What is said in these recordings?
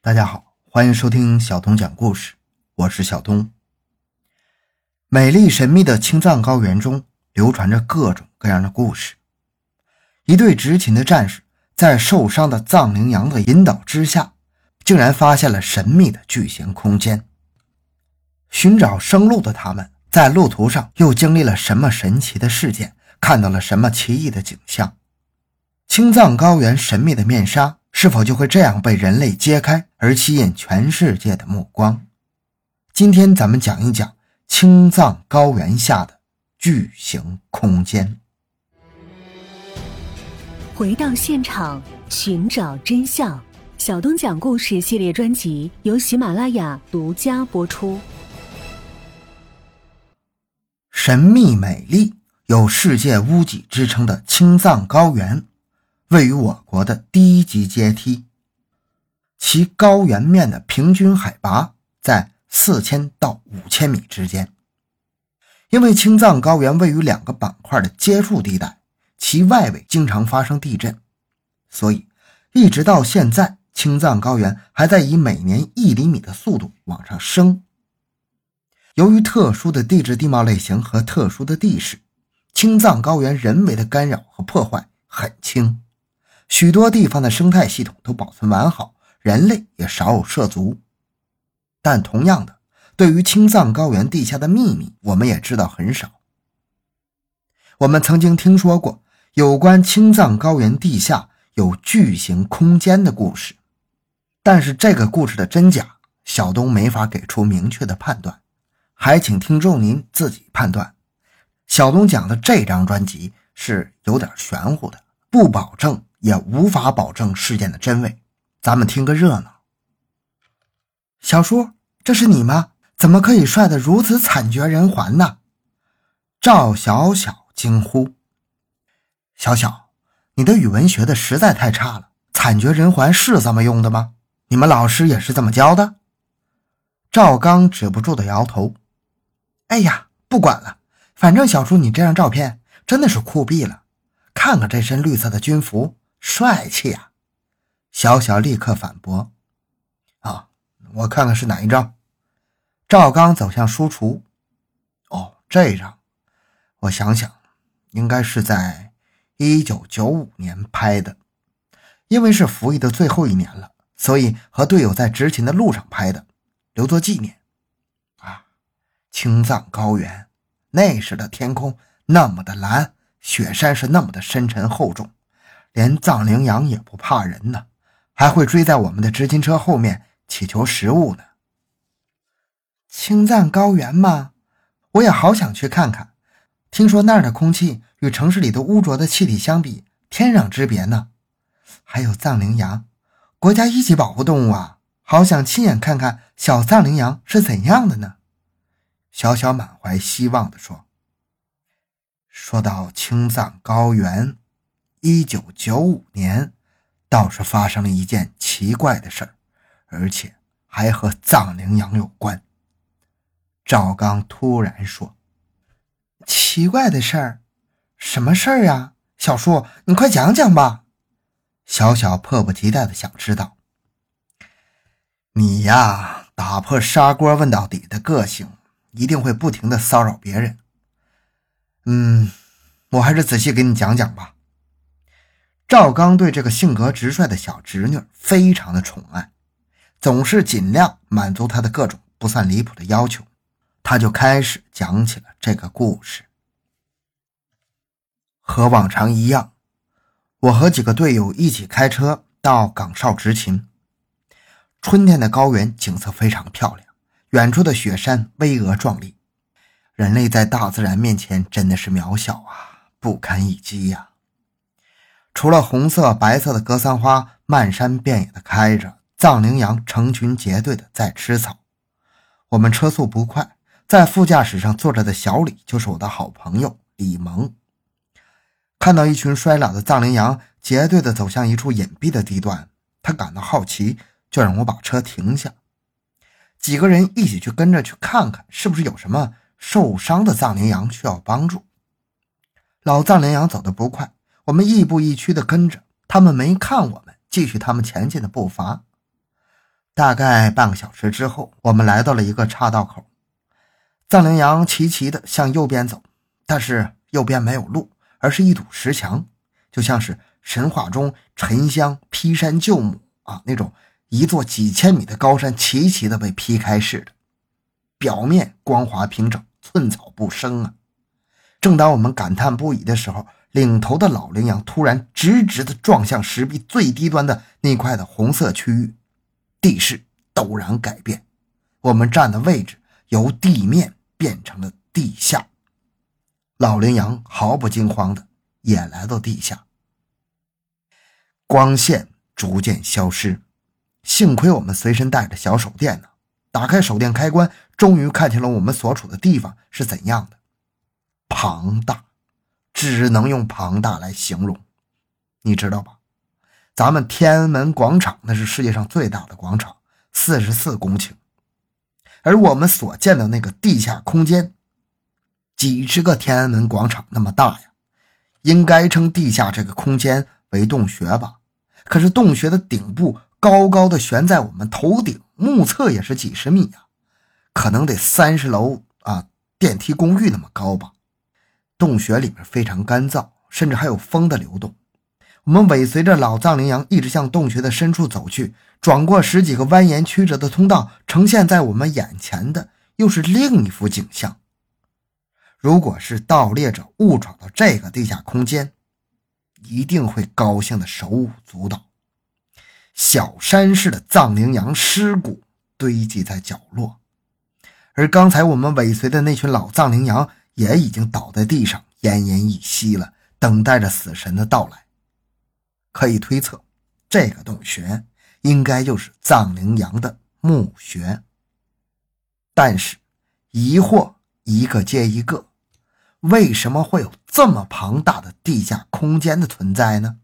大家好，欢迎收听小东讲故事，我是小东。美丽神秘的青藏高原中流传着各种各样的故事。一队执勤的战士在受伤的藏羚羊的引导之下，竟然发现了神秘的巨型空间。寻找生路的他们在路途上又经历了什么神奇的事件，看到了什么奇异的景象？青藏高原神秘的面纱是否就会这样被人类揭开，而吸引全世界的目光？今天咱们讲一讲青藏高原下的巨型空间。 回到现场，寻找真相。小东讲故事系列专辑由喜马拉雅独家播出。 神秘美丽，有世界屋脊之称的青藏高原，位于我国的第一级阶梯，其高原面的平均海拔在4000到5000米之间。因为青藏高原位于两个板块的接触地带，其外围经常发生地震，所以一直到现在，青藏高原还在以每年1厘米的速度往上升。由于特殊的地质地貌类型和特殊的地势，青藏高原人为的干扰和破坏很轻，许多地方的生态系统都保存完好，人类也少有涉足。但同样的，对于青藏高原地下的秘密，我们也知道很少。我们曾经听说过有关青藏高原地下有巨型空间的故事，但是这个故事的真假，小东没法给出明确的判断，还请听众您自己判断。小东讲的这张专辑是有点玄乎的，不保证也无法保证事件的真伪，咱们听个热闹。小叔，这是你吗？怎么可以帅得如此惨绝人寰呢？赵小小惊呼。小小，你的语文学的实在太差了，惨绝人寰是这么用的吗？你们老师也是这么教的？赵刚止不住的摇头。哎呀，不管了，反正小叔你这张照片真的是酷毙了，看看这身绿色的军服，帅气啊！小小立刻反驳。我看看是哪一张。赵刚走向书橱。这张，我想想，应该是在1995年拍的，因为是服役的最后一年了，所以和队友在执勤的路上拍的，留作纪念。青藏高原那时的天空那么的蓝，雪山是那么的深沉厚重，连藏羚羊也不怕人呢，还会追在我们的执勤车后面祈求食物呢。青藏高原嘛，我也好想去看看，听说那儿的空气与城市里的污浊的气体相比，天壤之别呢。还有藏羚羊，国家一级保护动物啊，好想亲眼看看小藏羚羊是怎样的呢。小小满怀希望地说。说到青藏高原，1995年倒是发生了一件奇怪的事儿，而且还和藏羚羊有关。赵刚突然说。奇怪的事儿？什么事儿啊？小叔，你快讲讲吧。小小迫不及待地想知道。你呀，打破砂锅问到底的个性，一定会不停地骚扰别人。我还是仔细给你讲讲吧。赵刚对这个性格直率的小侄女非常的宠爱，总是尽量满足她的各种不算离谱的要求。他就开始讲起了这个故事。和往常一样，我和几个队友一起开车到岗哨执勤。春天的高原景色非常漂亮，远处的雪山巍峨壮丽，人类在大自然面前真的是渺小啊，不堪一击呀。除了红色白色的格桑花漫山遍野的开着，藏羚羊成群结队的在吃草。我们车速不快，在副驾驶上坐着的小李就是我的好朋友李萌。看到一群衰老的藏羚羊结队的走向一处隐蔽的地段，他感到好奇，就让我把车停下。几个人一起去跟着去看看，是不是有什么受伤的藏羚羊需要帮助。老藏羚羊走得不快，我们亦步亦趋地跟着，他们没看我们，继续他们前进的步伐。 大概半个小时之后，我们来到了一个岔道口。藏羚羊齐齐地向右边走，但是右边没有路，而是一堵石墙，就像是神话中沉香劈山救母那种一座几千米的高山齐齐地被劈开似的，表面光滑平整，寸草不生啊。正当我们感叹不已的时候，领头的老羚羊突然直直地撞向石壁最低端的那块的红色区域，地势陡然改变，我们站的位置由地面变成了地下。老羚羊毫不惊慌的也来到地下，光线逐渐消失，幸亏我们随身带着小手电呢。打开手电开关，终于看清了我们所处的地方是怎样的。庞大，只能用庞大来形容。你知道吧，咱们天安门广场那是世界上最大的广场，44公顷，而我们所见的那个地下空间几十个天安门广场那么大呀。应该称地下这个空间为洞穴吧，可是洞穴的顶部高高的悬在我们头顶，目测也是几十米啊，可能得30楼电梯公寓那么高吧。洞穴里面非常干燥，甚至还有风的流动。我们尾随着老藏羚羊一直向洞穴的深处走去，转过10几个蜿蜒曲折的通道，呈现在我们眼前的又是另一幅景象。如果是盗猎者误闯到这个地下空间，一定会高兴的手舞足蹈。小山似的藏羚羊尸骨堆积在角落，而刚才我们尾随的那群老藏羚羊也已经倒在地上奄奄一息了，等待着死神的到来。可以推测，这个洞穴应该就是藏羚羊的墓穴。但是疑惑一个接一个，为什么会有这么庞大的地下空间的存在呢？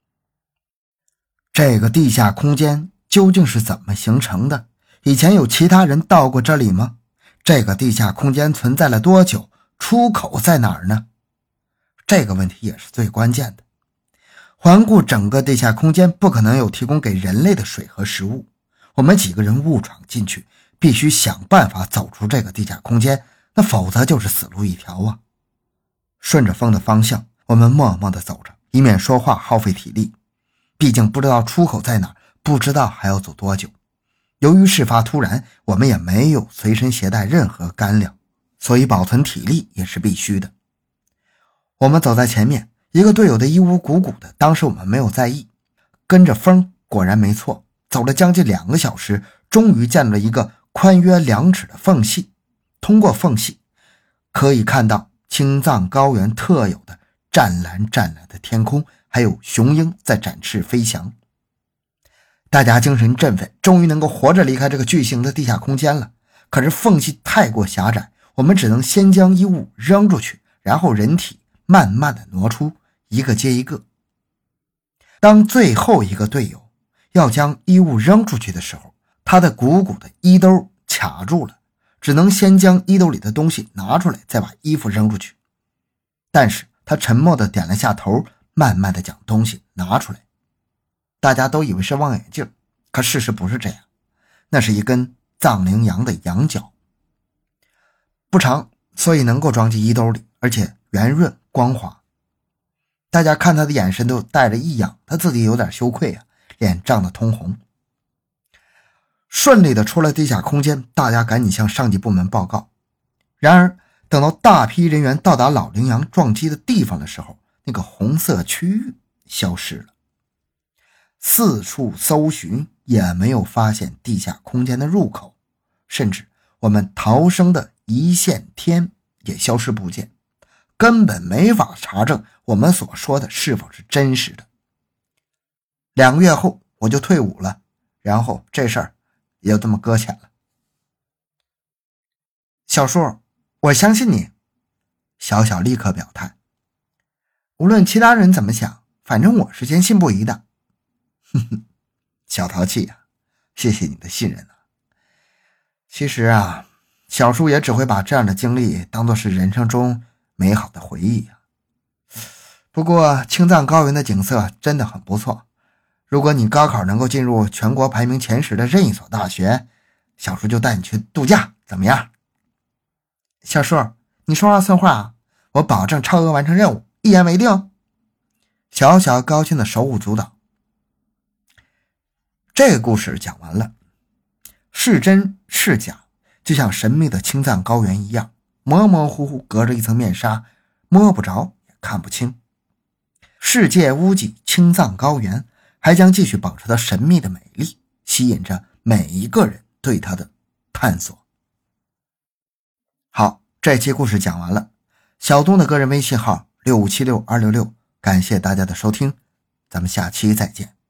这个地下空间究竟是怎么形成的？以前有其他人到过这里吗？这个地下空间存在了多久？出口在哪儿呢？这个问题也是最关键的。环顾整个地下空间，不可能有提供给人类的水和食物。我们几个人误闯进去，必须想办法走出这个地下空间，那否则就是死路一条啊。顺着风的方向，我们默默地走着，以免说话耗费体力。毕竟不知道出口在哪，不知道还要走多久。由于事发突然，我们也没有随身携带任何干粮，所以保存体力也是必须的。我们走在前面，一个队友的衣无鼓鼓的，当时我们没有在意，跟着风果然没错，走了将近2个小时，终于见到了一个宽约2尺的缝隙。通过缝隙可以看到青藏高原特有的湛蓝湛蓝的天空，还有雄鹰在展翅飞翔。大家精神振奋，终于能够活着离开这个巨型的地下空间了。可是缝隙太过狭窄，我们只能先将衣物扔出去，然后人体慢慢的挪出，一个接一个。当最后一个队友要将衣物扔出去的时候，他的鼓鼓的衣兜卡住了，只能先将衣兜里的东西拿出来，再把衣服扔出去。但是他沉默地点了下头，慢慢地将东西拿出来。大家都以为是望远镜，可事实不是这样，那是一根藏羚羊的羊角。不长，所以能够装进衣兜里，而且圆润光滑。大家看他的眼神都带着异样，他自己有点羞愧啊，脸涨得通红。顺利的出了地下空间，大家赶紧向上级部门报告。然而等到大批人员到达老羚羊撞击的地方的时候，那个红色区域消失了。四处搜寻也没有发现地下空间的入口，甚至我们逃生的一线天也消失不见，根本没法查证我们所说的是否是真实的。2个月后我就退伍了，然后这事儿也就这么搁浅了。小叔，我相信你。小小立刻表态，无论其他人怎么想，反正我是坚信不疑的。小淘气啊，谢谢你的信任啊。其实啊，小叔也只会把这样的经历当作是人生中美好的回忆啊。不过青藏高原的景色真的很不错， 如果你高考能够进入全国排名前10的任意所大学，小叔就带你去度假，怎么样？小叔，你说话算话啊，我保证超额完成任务，一言为定。小小高兴的手舞足蹈。这个故事讲完了，是真是假，就像神秘的青藏高原一样，模模糊糊隔着一层面纱，摸不着也看不清。世界屋脊青藏高原还将继续保持它神秘的美丽，吸引着每一个人对它的探索。好，这期故事讲完了。小东的个人微信号6576-266，感谢大家的收听，咱们下期再见。